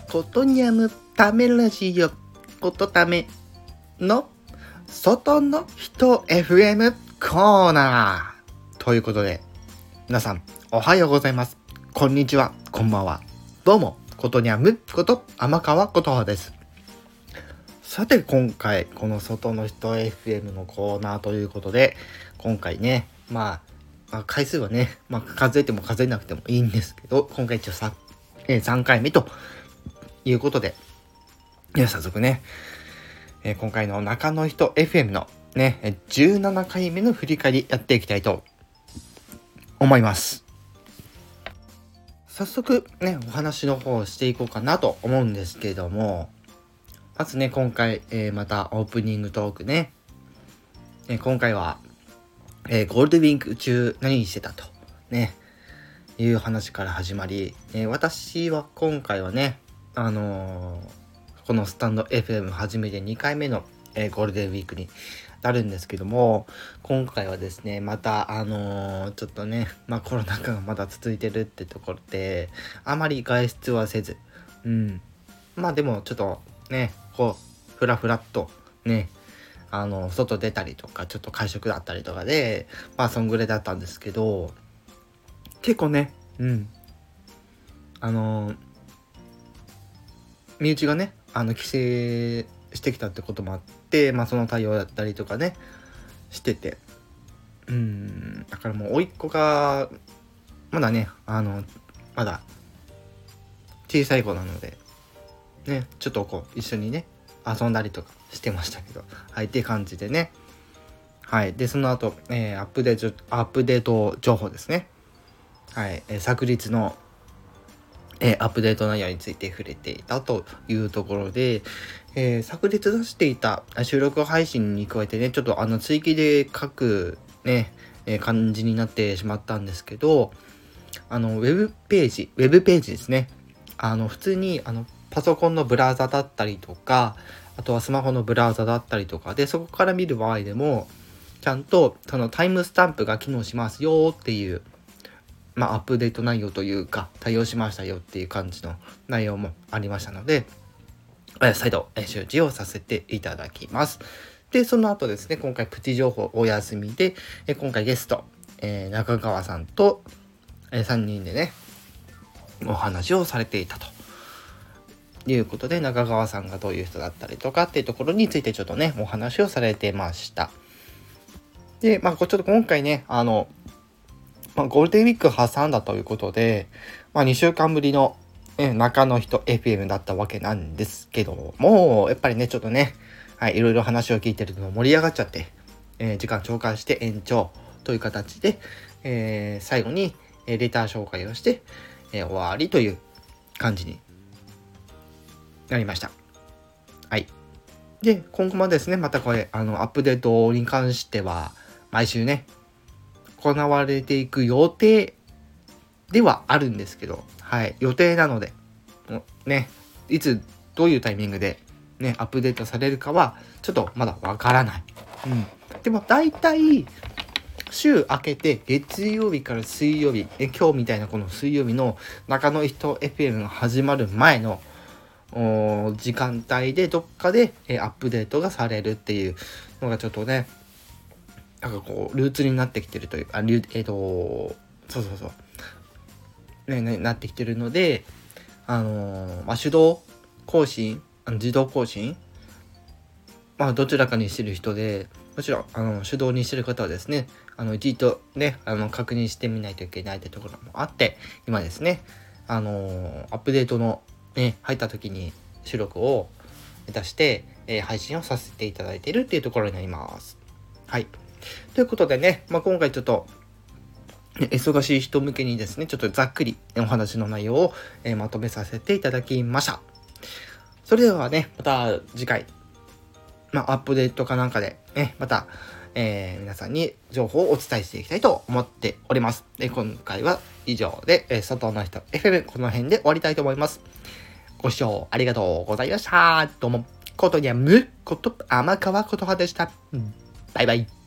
ことにゃむためラジオことための外の人 FM コーナーということで、皆さんおはようございます、こんにちは、こんばんは。どうも、ことにゃむこと天川ことはです。さて今回この外の人 FM のコーナーということで、今回ね回数はね、数えても数えなくてもいいんですけど、今回一応3回目ということで、早速ね、今回の中の人 FM のね、17回目の振り返りやっていきたいと思います。早速ね、お話の方をしていこうかなと思うんですけれども、まずね、今回、またオープニングトークね、今回は、ゴールデンウィーク中何してたとね、いう話から始まり、私は今回はね、このスタンド FM 始めて2回目の、ゴールデンウィークになるんですけども、今回はですね、またちょっとね、コロナ禍がまだ続いてるってところで、あまり外出はせず、でもちょっとね、ふらふらっとね、外出たりとか、ちょっと会食だったりとかで、そんぐらいだったんですけど、結構ね、身内がね、帰省してきたってこともあって、その対応だったりとかね、してて、だからもう甥っ子が、まだね、まだ小さい子なので、ね、ちょっと一緒にね、遊んだりとかしてましたけど、はい、って感じでね。はい。で、その後、アップデート情報ですね。はい。昨日の、アップデート内容について触れていたというところで、昨日出していた収録配信に加えてね、ちょっと追記で書くね、感じになってしまったんですけど、ウェブページですね。普通に、パソコンのブラウザだったりとか、あとはスマホのブラウザだったりとかで、そこから見る場合でも、ちゃんとそのタイムスタンプが機能しますよっていう、アップデート内容というか、対応しましたよっていう感じの内容もありましたので、再度周知をさせていただきます。で、その後ですね、今回プチ情報お休みで、今回ゲスト、中川さんと、3人でね、お話をされていたということで、中川さんがどういう人だったりとかっていうところについてちょっとね、お話をされてました。で、ちょっと今回ね、ゴールデンウィーク挟んだということで、2週間ぶりの、中の人 FM だったわけなんですけども、やっぱりね、ちょっとね、はい、いろいろ話を聞いてるの盛り上がっちゃって、時間超過して延長という形で、最後に、レター紹介をして、終わりという感じになりました。はい。で、今後もですね、またこれ、アップデートに関しては、毎週ね、行われていく予定ではあるんですけど、はい、予定なので、ね、いつ、どういうタイミングで、ね、アップデートされるかは、ちょっとまだわからない。でも、大体、週明けて月曜日から水曜日、今日みたいなこの水曜日の中の人 FM が始まる前の時間帯でどっかで、アップデートがされるっていうのがちょっとね、ルーツになってきてるというか、なってきてるので、手動更新、自動更新、どちらかにしてる人で、もちろん手動にしてる方はですね、一度ね、確認してみないといけないってところもあって、今ですね、アップデートのね、入った時に収録を出して、配信をさせていただいているっていうところになります。はい。ということでね、今回ちょっと、忙しい人向けにですね、ちょっとざっくりお話の内容を、まとめさせていただきました。それではね、また次回、アップデートかなんかで、また、皆さんに情報をお伝えしていきたいと思っております。今回は以上で、外の人 FM この辺で終わりたいと思います。ご視聴ありがとうございました。どうも、ことにゃむこと天川ことはでした。バイバイ。